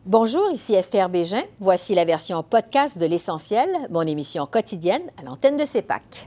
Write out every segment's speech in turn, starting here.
Bonjour, ici Esther Bégin. Voici la version podcast de L'Essentiel, mon émission quotidienne à l'antenne de CEPAC.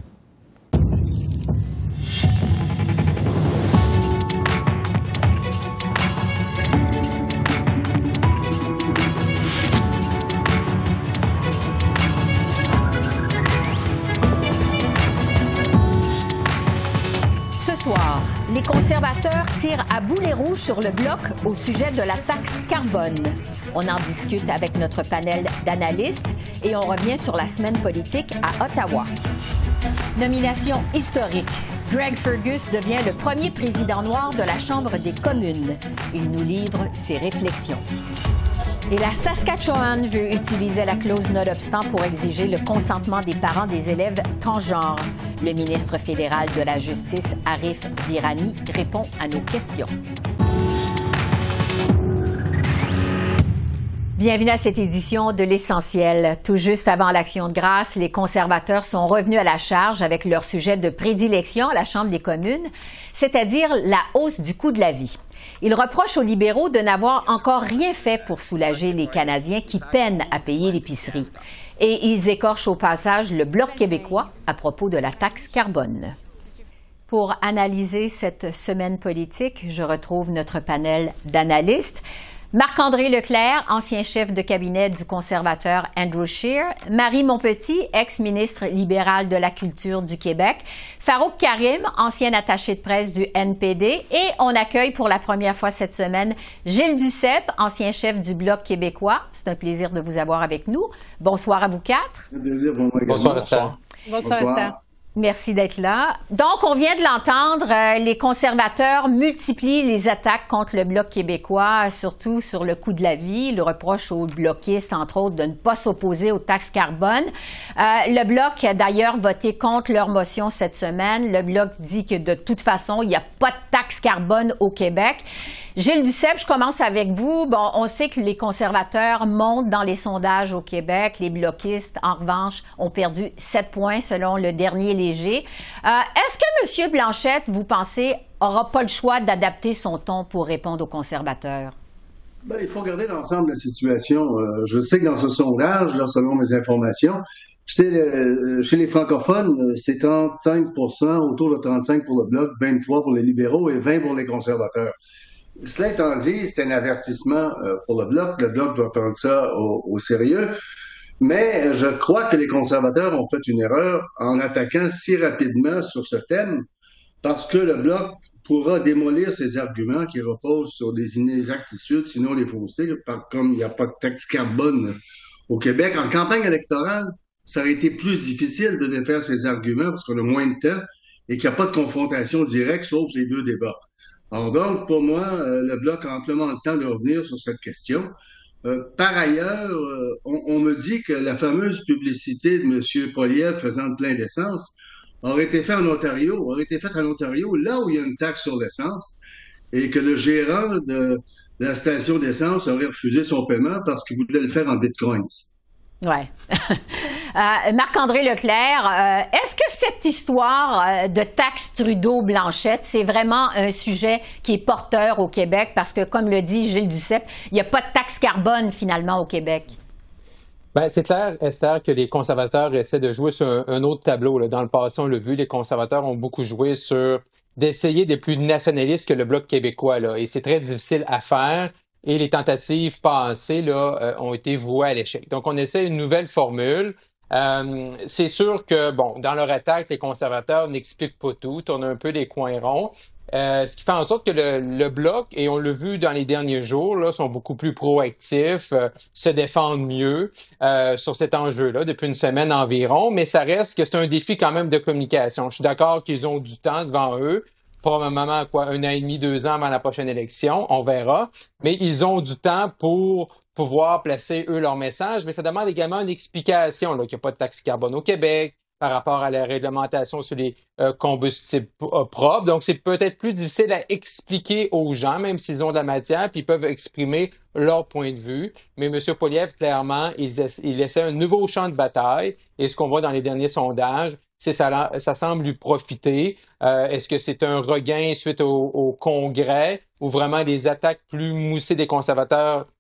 Ce soir, les conservateurs tirent à boulet rouge sur le Bloc au sujet de la taxe carbone. On en discute avec notre panel d'analystes et on revient sur la semaine politique à Ottawa. Nomination historique. Greg Fergus devient le premier président noir de la Chambre des communes. Il nous livre ses réflexions. Et la Saskatchewan veut utiliser la clause nonobstant pour exiger le consentement des parents des élèves transgenres. Le ministre fédéral de la Justice, Arif Virani, répond à nos questions. Bienvenue à cette édition de L'Essentiel. Tout juste avant l'Action de grâce, les conservateurs sont revenus à la charge avec leur sujet de prédilection à la Chambre des communes, c'est-à-dire la hausse du coût de la vie. Ils reprochent aux libéraux de n'avoir encore rien fait pour soulager les Canadiens qui peinent à payer l'épicerie. Et ils écorchent au passage le Bloc québécois à propos de la taxe carbone. Pour analyser cette semaine politique, je retrouve notre panel d'analystes. Marc-André Leclerc, ancien chef de cabinet du conservateur Andrew Scheer, Marie Montpetit, ex-ministre libérale de la Culture du Québec, Farouk Karim, ancien attaché de presse du NPD, et on accueille pour la première fois cette semaine Gilles Duceppe, ancien chef du Bloc québécois. C'est un plaisir de vous avoir avec nous. Bonsoir à vous quatre. Un plaisir pour moi également. Bonsoir Esther. Bonsoir Esther. Merci d'être là. Donc, on vient de l'entendre, les conservateurs multiplient les attaques contre le Bloc québécois, surtout sur le coût de la vie. Le reproche aux bloquistes, entre autres, de ne pas s'opposer aux taxes carbone. Le Bloc a d'ailleurs voté contre leur motion cette semaine. Le Bloc dit que de toute façon, il n'y a pas de taxe carbone au Québec. Gilles Duceppe, je commence avec vous. Bon, on sait que les conservateurs montent dans les sondages au Québec. Les bloquistes, en revanche, ont perdu 7 points selon le dernier léger. Est-ce que M. Blanchette, vous pensez, n'aura pas le choix d'adapter son ton pour répondre aux conservateurs? Bien, il faut regarder l'ensemble de la situation. Je sais que dans ce sondage, là, selon mes informations, chez les francophones, c'est 35 autour de 35 pour le Bloc, 23 pour les libéraux et 20 pour les conservateurs. Cela étant dit, c'est un avertissement pour le Bloc. Le Bloc doit prendre ça au sérieux. Mais je crois que les conservateurs ont fait une erreur en attaquant si rapidement sur ce thème parce que le Bloc pourra démolir ses arguments qui reposent sur des inexactitudes, sinon les faussetés, comme il n'y a pas de taxe carbone au Québec. En campagne électorale, ça aurait été plus difficile de défaire ces arguments parce qu'on a moins de temps et qu'il n'y a pas de confrontation directe sauf les deux débats. Alors donc, pour moi, le Bloc a amplement le temps de revenir sur cette question. Par ailleurs, on me dit que la fameuse publicité de M. Poilievre faisant le plein d'essence aurait été faite en Ontario, là où il y a une taxe sur l'essence, et que le gérant de la station d'essence aurait refusé son paiement parce qu'il voulait le faire en bitcoins. Ouais. Marc-André Leclerc, est-ce que cette histoire de taxe Trudeau-Blanchette, c'est vraiment un sujet qui est porteur au Québec? Parce que, comme le dit Gilles Duceppe, il n'y a pas de taxe carbone, finalement, au Québec. Bien, c'est clair, Esther, que les conservateurs essaient de jouer sur un autre tableau. Là. Dans le passé, on l'a vu, les conservateurs ont beaucoup joué sur d'essayer d'être plus nationalistes que le Bloc québécois. Là. Et c'est très difficile à faire. Et les tentatives passées là, ont été vouées à l'échec. Donc, on essaie une nouvelle formule. C'est sûr que, bon, dans leur attaque, les conservateurs n'expliquent pas tout, tournent un peu les coins ronds. Ce qui fait en sorte que le Bloc, et on l'a vu dans les derniers jours, là, sont beaucoup plus proactifs, se défendent mieux sur cet enjeu-là depuis une semaine environ. Mais ça reste que c'est un défi quand même de communication. Je suis d'accord qu'ils ont du temps devant eux. Probablement, 1 an et demi, 2 ans avant la prochaine élection, on verra. Mais ils ont du temps pour pouvoir placer, eux, leur message. Mais ça demande également une explication, là, qu'il n'y a pas de taxe carbone au Québec par rapport à la réglementation sur les combustibles propres. Donc, c'est peut-être plus difficile à expliquer aux gens, même s'ils ont de la matière, puis ils peuvent exprimer leur point de vue. Mais M. Poilievre, clairement, il essaie un nouveau champ de bataille. Et ce qu'on voit dans les derniers sondages, ça semble lui profiter. Est-ce que c'est un regain suite au Congrès ou vraiment des attaques plus moussées des conservateurs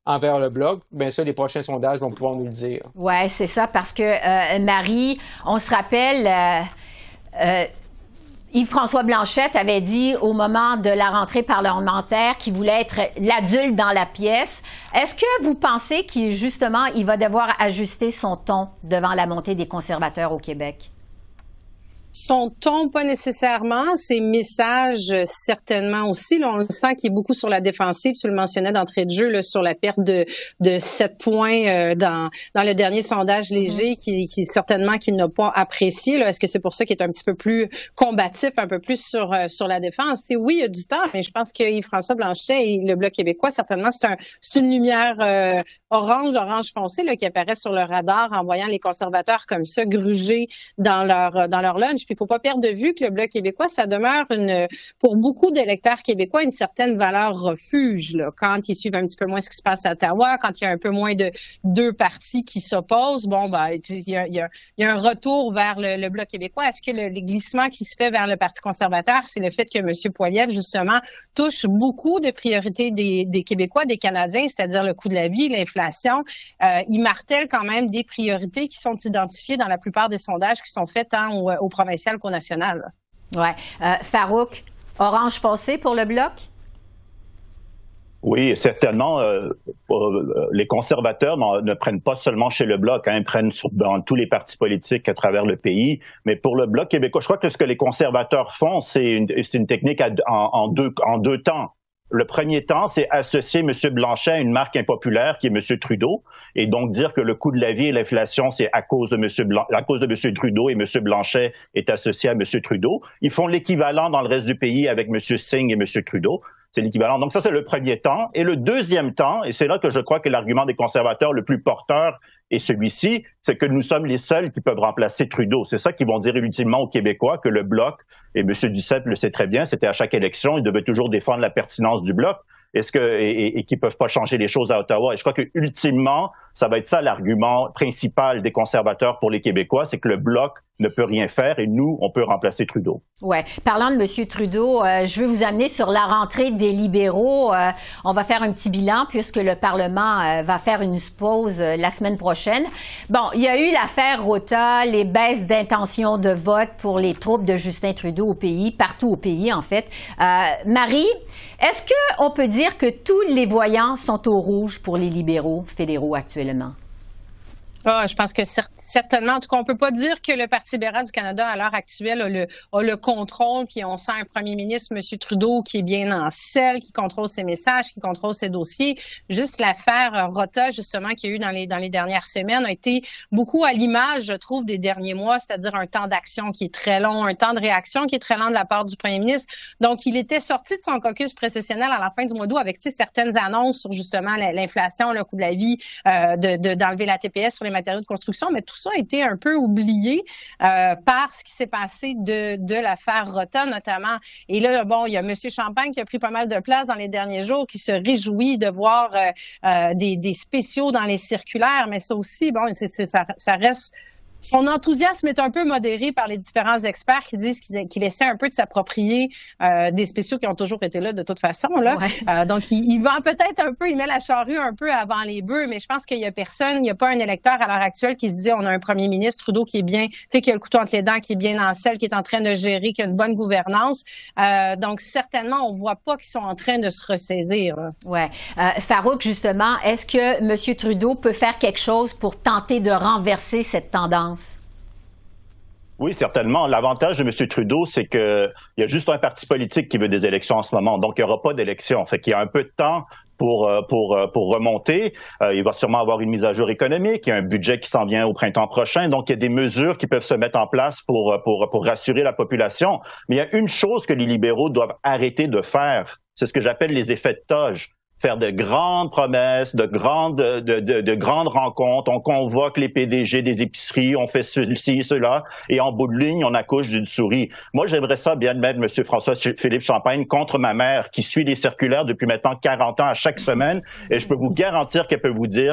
envers le Bloc, bien ça, les prochains sondages vont pouvoir nous le dire. Oui, c'est ça, parce que, Marie, on se rappelle, Yves-François Blanchette avait dit au moment de la rentrée parlementaire qu'il voulait être l'adulte dans la pièce. Est-ce que vous pensez justement, il va devoir ajuster son ton devant la montée des conservateurs au Québec? Son ton, pas nécessairement. Ses messages, certainement aussi. Là, on le sent qu'il est beaucoup sur la défensive. Tu le mentionnais d'entrée de jeu, là, sur la perte de 7 points dans le dernier sondage léger qui certainement qu'il n'a pas apprécié. Là. Est-ce que c'est pour ça qu'il est un petit peu plus combatif, un peu plus sur la défense? Et oui, il y a du temps, mais je pense que Yves-François Blanchet et le Bloc québécois, certainement, c'est une lumière orange foncé là, qui apparaît sur le radar en voyant les conservateurs comme ça gruger dans leur lunch. Puis il faut pas perdre de vue que le Bloc québécois, ça demeure pour beaucoup d'électeurs québécois une certaine valeur refuge. Là, quand ils suivent un petit peu moins ce qui se passe à Ottawa, quand il y a un peu moins de deux partis qui s'opposent, bon, ben, il y a un retour vers le Bloc québécois. Est-ce que le glissement qui se fait vers le Parti conservateur, c'est le fait que M. Poilievre, justement, touche beaucoup de priorités des Québécois, des Canadiens, c'est-à-dire le coût de la vie, l'inflation. Il martèle quand même des priorités qui sont identifiées dans la plupart des sondages qui sont faits tant au provincial qu'au national. Oui. Farouk, orange foncé pour le Bloc? Oui, certainement. Les conservateurs ne prennent pas seulement chez le Bloc, ils prennent dans tous les partis politiques à travers le pays. Mais pour le Bloc québécois, je crois que ce que les conservateurs font, c'est une technique en deux temps. Le premier temps, c'est associer M. Blanchet à une marque impopulaire qui est M. Trudeau, et donc dire que le coût de la vie et l'inflation, c'est à cause de M. Trudeau, et M. Blanchet est associé à M. Trudeau. Ils font l'équivalent dans le reste du pays avec M. Singh et M. Trudeau. C'est l'équivalent. Donc ça, c'est le premier temps. Et le deuxième temps, et c'est là que je crois que l'argument des conservateurs le plus porteur est celui-ci, c'est que nous sommes les seuls qui peuvent remplacer Trudeau. C'est ça qu'ils vont dire ultimement aux Québécois, que le Bloc, et M. Duceppe le sait très bien, c'était à chaque élection, il devait toujours défendre la pertinence du Bloc. Et qu'ils peuvent pas changer les choses à Ottawa. Et je crois que ultimement, ça va être ça l'argument principal des conservateurs pour les Québécois, c'est que le Bloc ne peut rien faire et nous, on peut remplacer Trudeau. Ouais. Parlant de M. Trudeau, je veux vous amener sur la rentrée des libéraux. On va faire un petit bilan puisque le Parlement va faire une pause la semaine prochaine. Bon, il y a eu l'affaire Rota, les baisses d'intention de vote pour les troupes de Justin Trudeau au pays, partout au pays en fait. Marie, est-ce qu'on peut dire que tous les voyants sont au rouge pour les libéraux fédéraux actuellement? Je pense que certainement, en tout cas, on peut pas dire que le Parti libéral du Canada, à l'heure actuelle, a le contrôle, puis on sent un premier ministre, M. Trudeau, qui est bien en selle, qui contrôle ses messages, qui contrôle ses dossiers. Juste l'affaire Rota, justement, qu'il y a eu dans les dernières semaines, a été beaucoup à l'image, je trouve, des derniers mois, c'est-à-dire un temps d'action qui est très long, un temps de réaction qui est très lent de la part du premier ministre. Donc, il était sorti de son caucus précessionnel à la fin du mois d'août avec, certaines annonces sur, justement, l'inflation, le coût de la vie, d'enlever la TPS sur les matériaux de construction, mais tout ça a été un peu oublié par ce qui s'est passé de l'affaire Rota, notamment. Et là, bon, il y a M. Champagne qui a pris pas mal de place dans les derniers jours, qui se réjouit de voir des spéciaux dans les circulaires, mais ça aussi, bon, ça reste... Son enthousiasme est un peu modéré par les différents experts qui disent qu'il essaie un peu de s'approprier des spéciaux qui ont toujours été là de toute façon. Là. Ouais. Donc, il vend peut-être un peu, il met la charrue un peu avant les bœufs, mais je pense qu'il y a personne, il n'y a pas un électeur à l'heure actuelle qui se dit on a un premier ministre, Trudeau, qui est bien, tu sais, qui a le couteau entre les dents, qui est bien en selle, qui est en train de gérer, qui a une bonne gouvernance. Donc, certainement, on ne voit pas qu'ils sont en train de se ressaisir. Oui. Farouk, justement, est-ce que M. Trudeau peut faire quelque chose pour tenter de renverser cette tendance? Oui, certainement. L'avantage de M. Trudeau, c'est qu'il y a juste un parti politique qui veut des élections en ce moment. Donc, il n'y aura pas d'élections. Fait qu'il y a un peu de temps pour remonter. Il va sûrement avoir une mise à jour économique. Il y a un budget qui s'en vient au printemps prochain. Donc, il y a des mesures qui peuvent se mettre en place pour rassurer la population. Mais il y a une chose que les libéraux doivent arrêter de faire. C'est ce que j'appelle les effets de toge. Faire de grandes promesses, de grandes rencontres. On convoque les PDG des épiceries, on fait ceci, cela, et en bout de ligne, on accouche d'une souris. Moi, j'aimerais ça bien mettre M. François-Philippe Champagne contre ma mère, qui suit les circulaires depuis maintenant 40 ans à chaque semaine, et je peux vous garantir qu'elle peut vous dire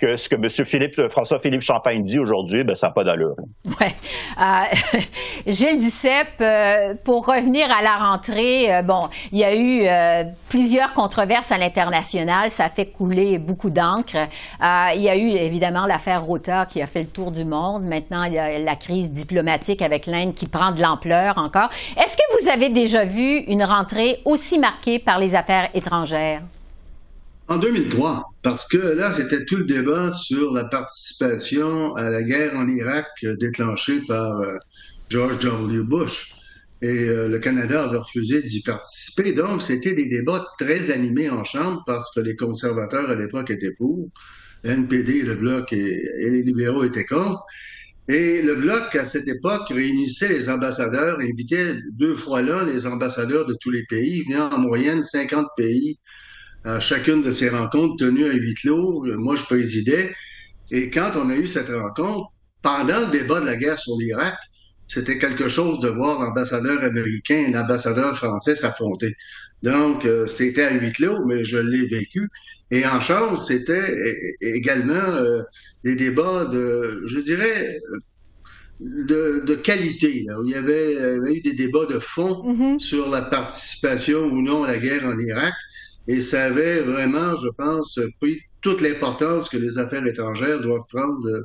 que ce que M. François-Philippe Champagne dit aujourd'hui, ben, ça n'a pas d'allure. Ouais. Gilles Duceppe, pour revenir à la rentrée, bon, il y a eu plusieurs controverses à l'international. Ça a fait couler beaucoup d'encre. Il y a eu évidemment l'affaire Rota qui a fait le tour du monde. Maintenant, il y a la crise diplomatique avec l'Inde qui prend de l'ampleur encore. Est-ce que vous avez déjà vu une rentrée aussi marquée par les affaires étrangères? En 2003, parce que là, c'était tout le débat sur la participation à la guerre en Irak déclenchée par George W. Bush. Et le Canada avait refusé d'y participer. Donc, c'était des débats très animés en Chambre parce que les conservateurs à l'époque étaient pour. Le NPD, le Bloc et les libéraux étaient contre. Et le Bloc, à cette époque, réunissait les ambassadeurs, invitait 2 fois l'an les ambassadeurs de tous les pays. Il venait en moyenne 50 pays à chacune de ces rencontres tenues à huis clos. Moi, je présidais. Et quand on a eu cette rencontre, pendant le débat de la guerre sur l'Irak, c'était quelque chose de voir l'ambassadeur américain et l'ambassadeur français s'affronter. Donc, c'était à huis clos, mais je l'ai vécu. Et en Chambre, c'était également des débats je dirais, de qualité, là, où il y avait eu des débats de fond sur la participation ou non à la guerre en Irak. Et ça avait vraiment, je pense, pris toute l'importance que les affaires étrangères doivent prendre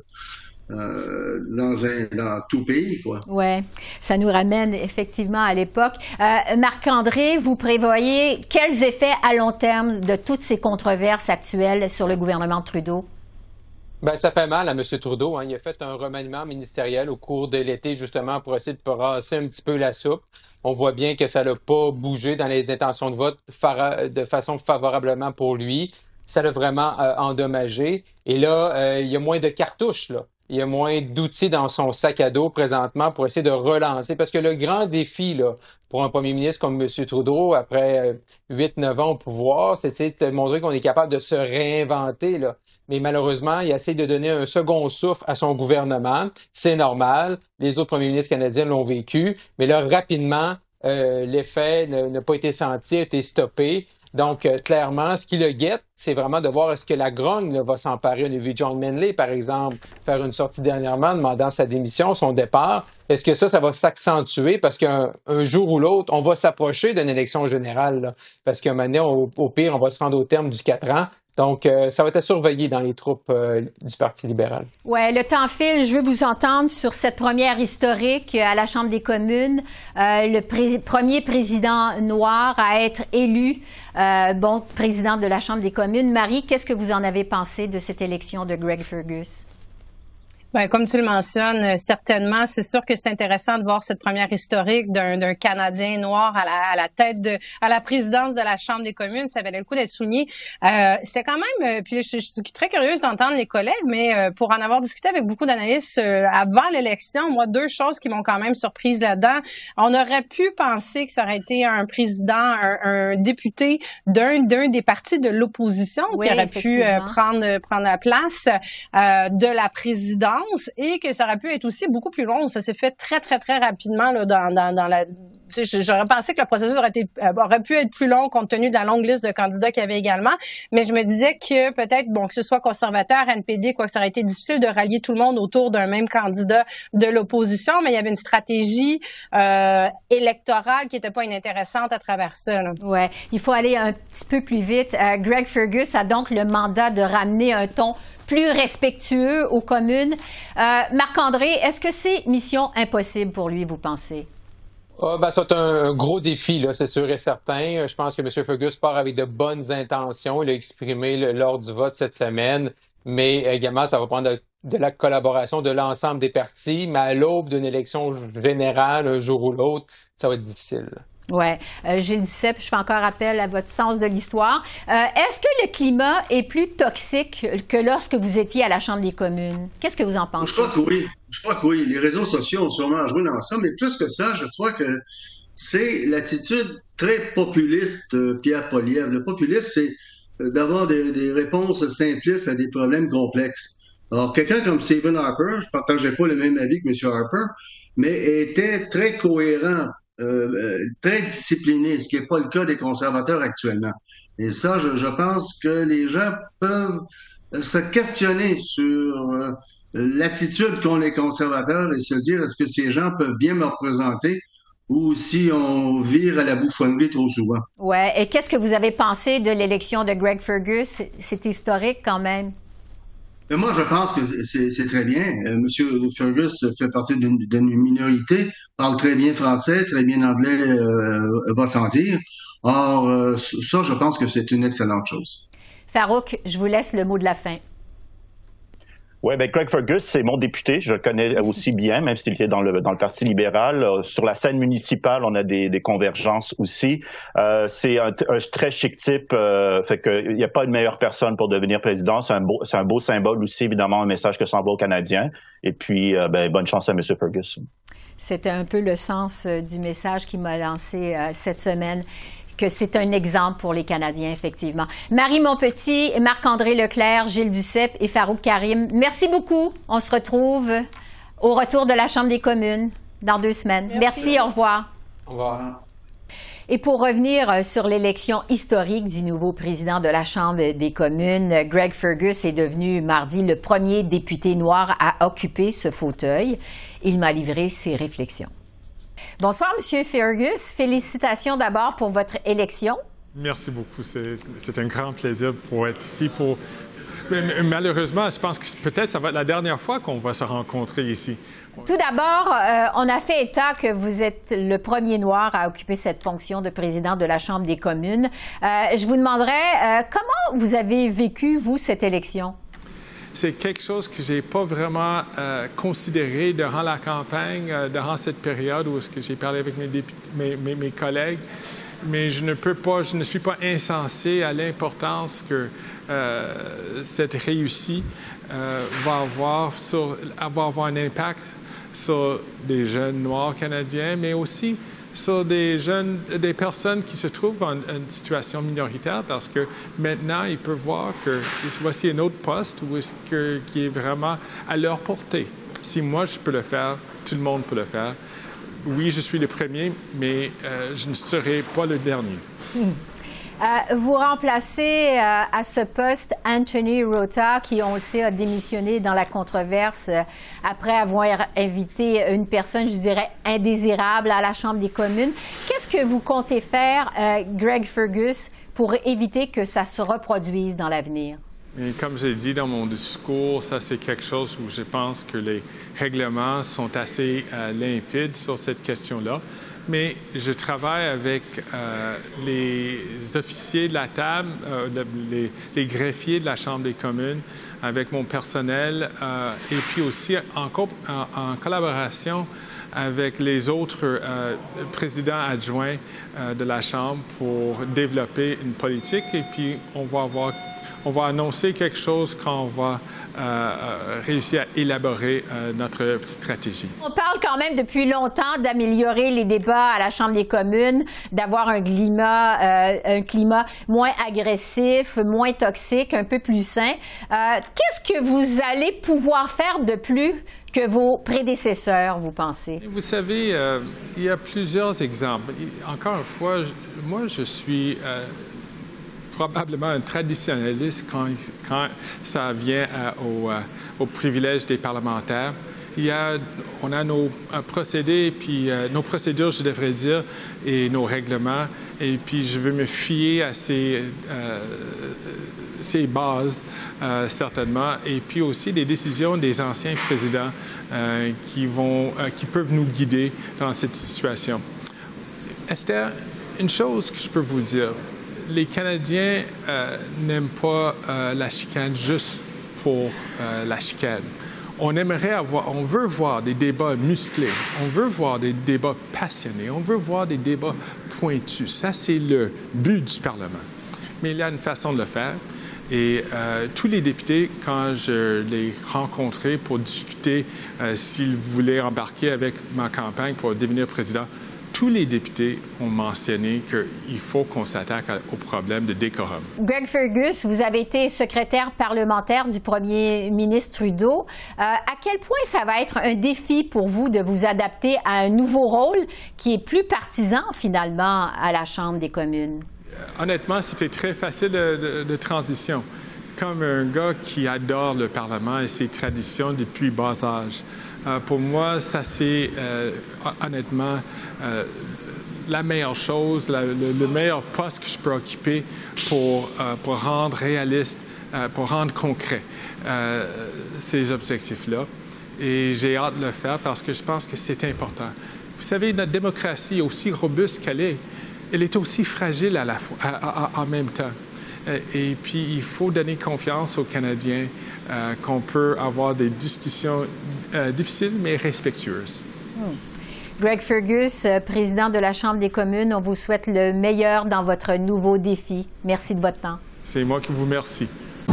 dans tout pays, quoi. Oui, ça nous ramène effectivement à l'époque. Marc-André, vous prévoyez quels effets à long terme de toutes ces controverses actuelles sur le gouvernement de Trudeau? Ben, ça fait mal à M. Trudeau. Hein. Il a fait un remaniement ministériel au cours de l'été, justement, pour essayer de brasser un petit peu la soupe. On voit bien que ça n'a pas bougé dans les intentions de vote de façon favorablement pour lui. Ça l'a vraiment endommagé. Et là, il y a moins de cartouches, là. Il y a moins d'outils dans son sac à dos présentement pour essayer de relancer. Parce que le grand défi, là, pour un premier ministre comme M. Trudeau, après 8-9 ans au pouvoir, c'est de montrer qu'on est capable de se réinventer, là. Mais malheureusement, il essaie de donner un second souffle à son gouvernement. C'est normal. Les autres premiers ministres canadiens l'ont vécu. Mais là, rapidement, l'effet n'a pas été senti, a été stoppé. Donc, clairement, ce qui le guette, c'est vraiment de voir est-ce que la grogne là, va s'emparer. On a vu John Manley, par exemple, faire une sortie dernièrement demandant sa démission, son départ. Est-ce que ça va s'accentuer parce qu'un jour ou l'autre, on va s'approcher d'une élection générale, là, parce qu'à un moment donné, au pire, on va se rendre au terme du 4 ans. Donc, ça va être surveillé dans les troupes du Parti libéral. Oui, le temps file. Je veux vous entendre sur cette première historique à la Chambre des communes. Le premier président noir à être élu, président de la Chambre des communes. Marie, qu'est-ce que vous en avez pensé de cette élection de Greg Fergus? Ben, comme tu le mentionnes, certainement, c'est sûr que c'est intéressant de voir cette première historique d'un Canadien noir à la tête à la présidence de la Chambre des communes. Ça valait le coup d'être souligné. C'était quand même, puis je suis très curieuse d'entendre les collègues, mais pour en avoir discuté avec beaucoup d'analystes avant l'élection, moi, 2 choses qui m'ont quand même surprise là-dedans. On aurait pu penser que ça aurait été un président, un député d'un des partis de l'opposition qui aurait pu prendre la place de la présidence. Et que ça aurait pu être aussi beaucoup plus long. Ça s'est fait très, très, très rapidement là, dans la... J'aurais pensé que le processus aurait pu être plus long compte tenu de la longue liste de candidats qu'il y avait également. Mais je me disais que peut-être, que ce soit conservateur, NPD, quoi que ça aurait été difficile de rallier tout le monde autour d'un même candidat de l'opposition. Mais il y avait une stratégie électorale qui n'était pas inintéressante à travers ça. Oui, il faut aller un petit peu plus vite. Greg Fergus a donc le mandat de ramener un ton plus respectueux aux communes. Marc-André, est-ce que c'est mission impossible pour lui, vous pensez? C'est un gros défi, là, c'est sûr et certain. Je pense que M. Fergus part avec de bonnes intentions. Il a exprimé lors du vote cette semaine, mais également, ça va prendre de la collaboration de l'ensemble des partis. Mais à l'aube d'une élection générale, un jour ou l'autre, ça va être difficile. Oui. Gilles Duceppe, je fais encore appel à votre sens de l'histoire. Est-ce que le climat est plus toxique que lorsque vous étiez à la Chambre des communes? Qu'est-ce que vous en pensez? Je crois que oui. Les réseaux sociaux ont sûrement joué l'ensemble. Mais plus que ça, je crois que c'est l'attitude très populiste Pierre Poilievre. Le populisme, c'est d'avoir des réponses simplistes à des problèmes complexes. Alors, quelqu'un comme Stephen Harper, je ne partageais pas le même avis que M. Harper, mais était très cohérent. Très discipliné, ce qui n'est pas le cas des conservateurs actuellement. Et ça, je pense que les gens peuvent se questionner sur l'attitude qu'ont les conservateurs et se dire est-ce que ces gens peuvent bien me représenter ou si on vire à la bouffonnerie trop souvent. Ouais. Et qu'est-ce que vous avez pensé de l'élection de Greg Fergus? C'est historique quand même. Mais moi, je pense que c'est très bien. Monsieur Fergus fait partie d'une minorité, parle très bien français, très bien anglais, va sans dire. Or, ça, je pense que c'est une excellente chose. Farouk, je vous laisse le mot de la fin. Oui, ben Greg Fergus, c'est mon député. Je le connais aussi bien, même s'il était dans le Parti libéral. Sur la scène municipale, on a des convergences aussi. C'est un très chic type. Fait que il n'y a pas de meilleure personne pour devenir président. C'est un beau symbole aussi, évidemment, un message que ça envoie aux Canadiens. Et puis, bonne chance à M. Fergus. C'était un peu le sens du message qu'il m'a lancé cette semaine, que c'est un exemple pour les Canadiens, effectivement. Marie Montpetit, Marc-André Leclerc, Gilles Duceppe et Farouk Karim, merci beaucoup. On se retrouve au retour de la Chambre des communes dans 2 semaines. Merci, au revoir. Au revoir. Et pour revenir sur l'élection historique du nouveau président de la Chambre des communes, Greg Fergus est devenu mardi le premier député noir à occuper ce fauteuil. Il m'a livré ses réflexions. Bonsoir, Monsieur Fergus. Félicitations d'abord pour votre élection. Merci beaucoup. C'est un grand plaisir pour être ici. Malheureusement, je pense que peut-être ça va être la dernière fois qu'on va se rencontrer ici. Tout d'abord, on a fait état que vous êtes le premier noir à occuper cette fonction de président de la Chambre des communes. Je vous demanderais comment vous avez vécu, vous, cette élection? C'est quelque chose que j'ai pas vraiment considéré durant la campagne, durant cette période où est-ce que j'ai parlé avec mes collègues. Mais je ne suis pas insensé à l'importance que cette réussite va avoir un impact sur des jeunes noirs canadiens, mais aussi sur des personnes qui se trouvent en une situation minoritaire, parce que maintenant, ils peuvent voir que voici un autre poste qui est vraiment à leur portée. Si moi, je peux le faire, tout le monde peut le faire. Oui, je suis le premier, mais je ne serai pas le dernier. Vous remplacez à ce poste Anthony Rota, qui, on le sait, a démissionné dans la controverse après avoir invité une personne, je dirais, indésirable à la Chambre des communes. Qu'est-ce que vous comptez faire, Greg Fergus, pour éviter que ça se reproduise dans l'avenir? Et comme j'ai dit dans mon discours, ça c'est quelque chose où je pense que les règlements sont assez limpides sur cette question-là. Mais je travaille avec les officiers de la table, les greffiers de la Chambre des communes, avec mon personnel et puis aussi en collaboration avec les autres présidents adjoints de la Chambre pour développer une politique. Et puis, on va annoncer quelque chose quand on va réussir à élaborer notre stratégie. On parle quand même depuis longtemps d'améliorer les débats à la Chambre des communes, d'avoir un climat moins agressif, moins toxique, un peu plus sain. Qu'est-ce que vous allez pouvoir faire de plus que vos prédécesseurs, vous pensez? Vous savez, il y a plusieurs exemples. Encore une fois, moi, je suis probablement un traditionnaliste quand ça vient au privilège des parlementaires. On a nos procédés, puis nos procédures, je devrais dire, et nos règlements. Et puis, je veux me fier à ces bases, certainement. Et puis aussi des décisions des anciens présidents qui peuvent nous guider dans cette situation. Esther, une chose que je peux vous dire, les Canadiens n'aiment pas la chicane juste pour la chicane. On veut voir des débats musclés, on veut voir des débats passionnés, on veut voir des débats pointus. Ça, c'est le but du Parlement. Mais il y a une façon de le faire. Et tous les députés, quand je les rencontrais pour discuter s'ils voulaient embarquer avec ma campagne pour devenir président, tous les députés ont mentionné qu'il faut qu'on s'attaque au problème de décorum. Greg Fergus, vous avez été secrétaire parlementaire du premier ministre Trudeau. À quel point ça va être un défi pour vous de vous adapter à un nouveau rôle qui est plus partisan, finalement, à la Chambre des communes? Honnêtement, c'était très facile de transition. comme un gars qui adore le Parlement et ses traditions depuis bas âge. Pour moi, ça c'est honnêtement la meilleure chose, le meilleur poste que je peux occuper pour rendre réaliste, pour rendre concret ces objectifs-là. Et j'ai hâte de le faire parce que je pense que c'est important. Vous savez, notre démocratie, aussi robuste qu'elle est, elle est aussi fragile en même temps. Et puis, il faut donner confiance aux Canadiens qu'on peut avoir des discussions difficiles mais respectueuses. Greg Fergus, président de la Chambre des communes, on vous souhaite le meilleur dans votre nouveau défi. Merci de votre temps. C'est moi qui vous remercie.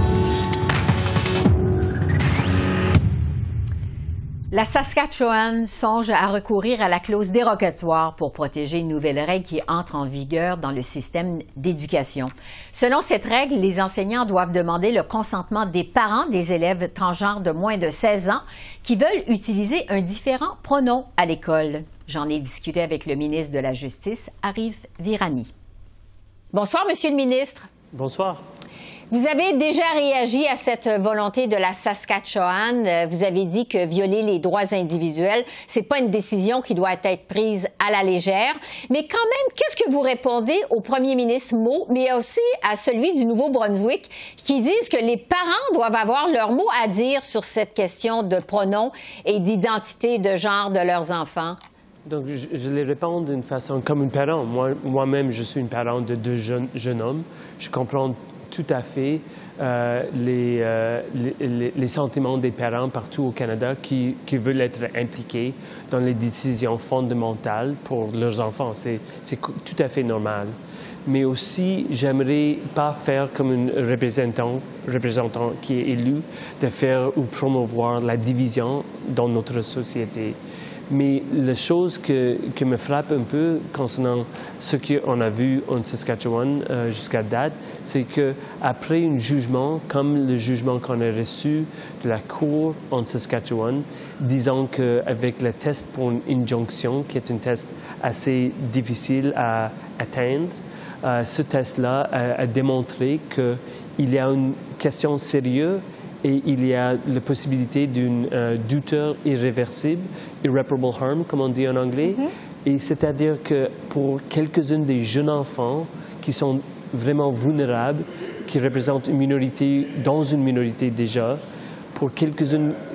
La Saskatchewan songe à recourir à la clause dérogatoire pour protéger une nouvelle règle qui entre en vigueur dans le système d'éducation. Selon cette règle, les enseignants doivent demander le consentement des parents des élèves transgenres de moins de 16 ans qui veulent utiliser un différent pronom à l'école. J'en ai discuté avec le ministre de la Justice, Arif Virani. Bonsoir, Monsieur le ministre. Bonsoir. Vous avez déjà réagi à cette volonté de la Saskatchewan. Vous avez dit que violer les droits individuels, c'est pas une décision qui doit être prise à la légère. Mais quand même, qu'est-ce que vous répondez au premier ministre Moe, mais aussi à celui du Nouveau-Brunswick, qui disent que les parents doivent avoir leur mot à dire sur cette question de pronoms et d'identité de genre de leurs enfants? Donc, je les réponds d'une façon comme un parent. Moi-même, je suis une parent de deux jeunes hommes. Je comprends tout à fait les sentiments des parents partout au Canada qui veulent être impliqués dans les décisions fondamentales pour leurs enfants. C'est tout à fait normal. Mais aussi, j'aimerais pas faire comme un représentant qui est élu, de faire ou promouvoir la division dans notre société. Mais la chose qui me frappe un peu concernant ce qu'on a vu en Saskatchewan jusqu'à date, c'est qu'après un jugement, comme le jugement qu'on a reçu de la Cour en Saskatchewan, disant qu'avec le test pour une injonction, qui est un test assez difficile à atteindre, ce test-là a démontré qu'il y a une question sérieuse et il y a la possibilité d'un douteur irréversible, irreparable harm, comme on dit en anglais. Et c'est-à-dire que pour quelques-uns des jeunes enfants qui sont vraiment vulnérables, qui représentent une minorité dans une minorité déjà, pour quelques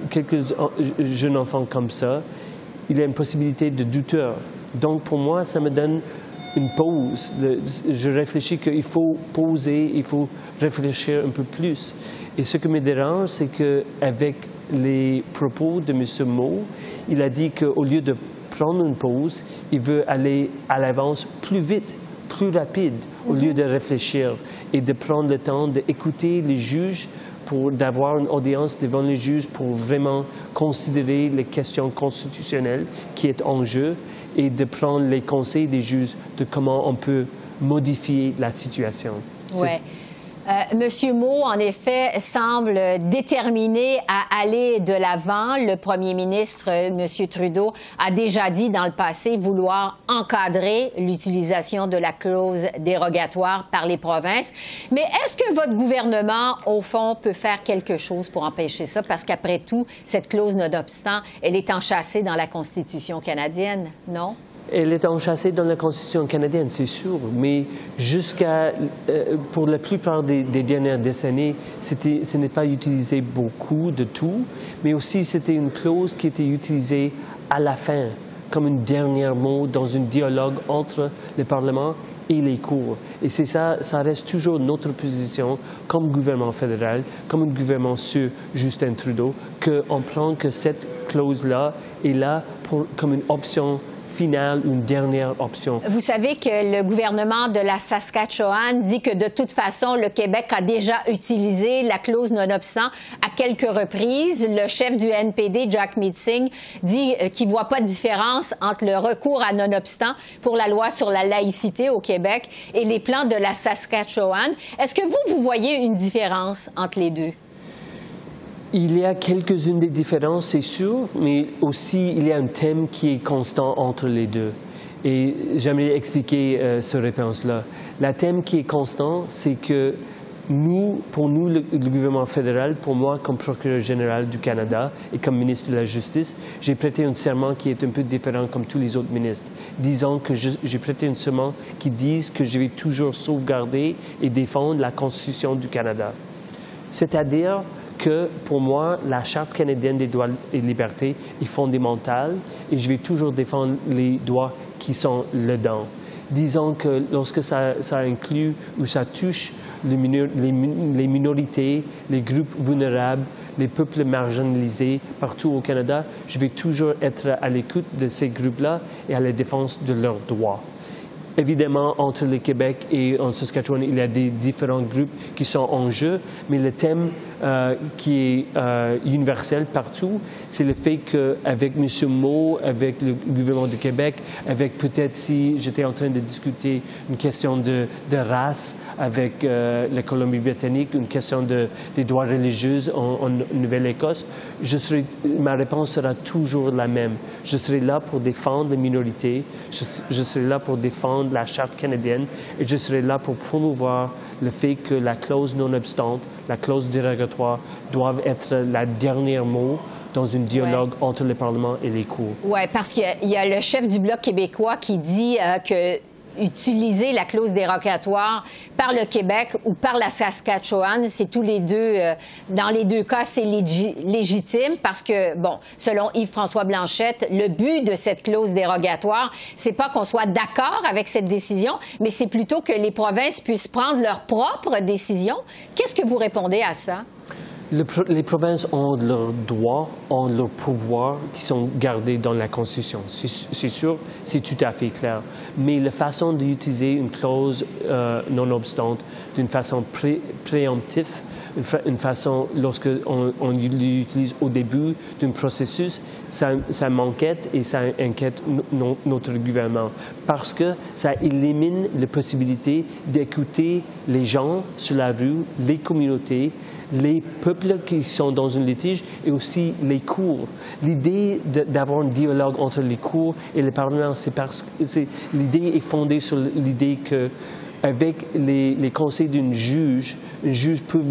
jeunes enfants comme ça, il y a une possibilité de douteur. Donc pour moi, ça me donne une pause. Je réfléchis qu'il faut poser, il faut réfléchir un peu plus. Et ce qui me dérange, c'est qu'avec les propos de M. Moe, il a dit qu'au lieu de prendre une pause, il veut aller à l'avance plus vite, plus rapide, au lieu de réfléchir et de prendre le temps d'écouter les juges d'avoir une audience devant les juges pour vraiment considérer les questions constitutionnelles qui est en jeu et de prendre les conseils des juges de comment on peut modifier la situation. Oui. Monsieur Moe, en effet, semble déterminé à aller de l'avant. Le premier ministre, M. Trudeau, a déjà dit dans le passé vouloir encadrer l'utilisation de la clause dérogatoire par les provinces. Mais est-ce que votre gouvernement, au fond, peut faire quelque chose pour empêcher ça? Parce qu'après tout, cette clause, nonobstant, elle est enchâssée dans la Constitution canadienne, non? Elle est enchâssée dans la Constitution canadienne, c'est sûr, mais pour la plupart des dernières décennies, ce n'est pas utilisé beaucoup de tout, mais aussi c'était une clause qui était utilisée à la fin, comme un dernier mot dans un dialogue entre le Parlement et les cours. Et c'est ça reste toujours notre position comme gouvernement fédéral, comme un gouvernement sur Justin Trudeau, qu'on prend que cette clause-là est là comme une option finale, une dernière option. Vous savez que le gouvernement de la Saskatchewan dit que de toute façon, le Québec a déjà utilisé la clause nonobstant à quelques reprises. Le chef du NPD, Jack Meeting, dit qu'il ne voit pas de différence entre le recours à nonobstant pour la loi sur la laïcité au Québec et les plans de la Saskatchewan. Est-ce que vous voyez une différence entre les deux? Il y a quelques-unes des différences, c'est sûr, mais aussi il y a un thème qui est constant entre les deux. Et j'aimerais expliquer cette réponse-là. Le thème qui est constant, c'est que Pour nous, le gouvernement fédéral, pour moi, comme procureur général du Canada et comme ministre de la Justice, j'ai prêté un serment qui est un peu différent comme tous les autres ministres, disant que j'ai prêté un serment qui dit que je vais toujours sauvegarder et défendre la Constitution du Canada. C'est-à-dire que, pour moi, la Charte canadienne des droits et libertés est fondamentale et je vais toujours défendre les droits qui sont dedans. Disons que lorsque ça inclut ou ça touche les minorités, les groupes vulnérables, les peuples marginalisés partout au Canada, je vais toujours être à l'écoute de ces groupes-là et à la défense de leurs droits. Évidemment, entre le Québec et en Saskatchewan, il y a des différents groupes qui sont en jeu, mais le thème qui est universel partout, c'est le fait qu'avec M. Moe, avec le gouvernement du Québec, avec peut-être si j'étais en train de discuter une question de race avec la Colombie-Britannique, une question des droits religieux en Nouvelle-Écosse, ma réponse sera toujours la même. Je serai là pour défendre les minorités, je serai là pour défendre la Charte canadienne et je serai là pour promouvoir le fait que la clause non-obstante, la clause dérogatoire doivent être la dernière mot dans un dialogue entre le Parlement et les cours. Oui, parce qu'il y a le chef du Bloc québécois qui dit que utiliser la clause dérogatoire par le Québec ou par la Saskatchewan, c'est tous les deux, dans les deux cas, c'est légitime parce que, bon, selon Yves-François Blanchette, le but de cette clause dérogatoire, c'est pas qu'on soit d'accord avec cette décision, mais c'est plutôt que les provinces puissent prendre leurs propres décisions. Qu'est-ce que vous répondez à ça? Les provinces ont leurs droits, ont leurs pouvoirs qui sont gardés dans la Constitution. C'est sûr, c'est tout à fait clair. Mais la façon d'utiliser une clause non-obstante d'une façon préemptive, une façon, lorsqu'on l'utilise au début d'un processus, ça m'inquiète et ça inquiète notre gouvernement parce que ça élimine la possibilité d'écouter les gens sur la rue, les communautés, les peuples qui sont dans un litige et aussi les cours. L'idée d'avoir un dialogue entre les cours et le Parlement, l'idée est fondée sur l'idée que avec les conseils d'un juge, un juge peut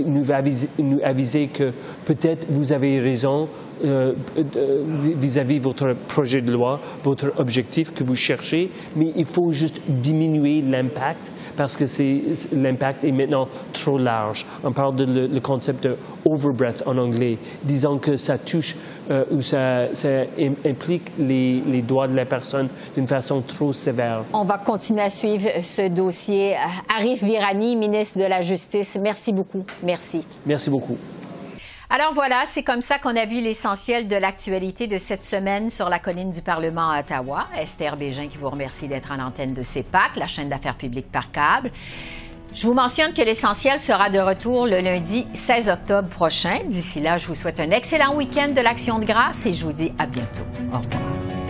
nous aviser que peut-être vous avez raison vis-à-vis de votre projet de loi, votre objectif que vous cherchez, mais il faut juste diminuer l'impact parce que l'impact est maintenant trop large. On parle de le concept de overbreadth en anglais, disant que ça touche ou ça implique les droits de la personne d'une façon trop sévère. On va continuer à suivre ce dossier. Arif Virani, ministre de la Justice, merci beaucoup. Merci. Merci beaucoup. Alors voilà, c'est comme ça qu'on a vu l'essentiel de l'actualité de cette semaine sur la colline du Parlement à Ottawa. Esther Bégin qui vous remercie d'être à l'antenne de CEPAC, la chaîne d'affaires publiques par câble. Je vous mentionne que l'essentiel sera de retour le lundi 16 octobre prochain. D'ici là, je vous souhaite un excellent week-end de l'Action de grâce et je vous dis à bientôt. Au revoir.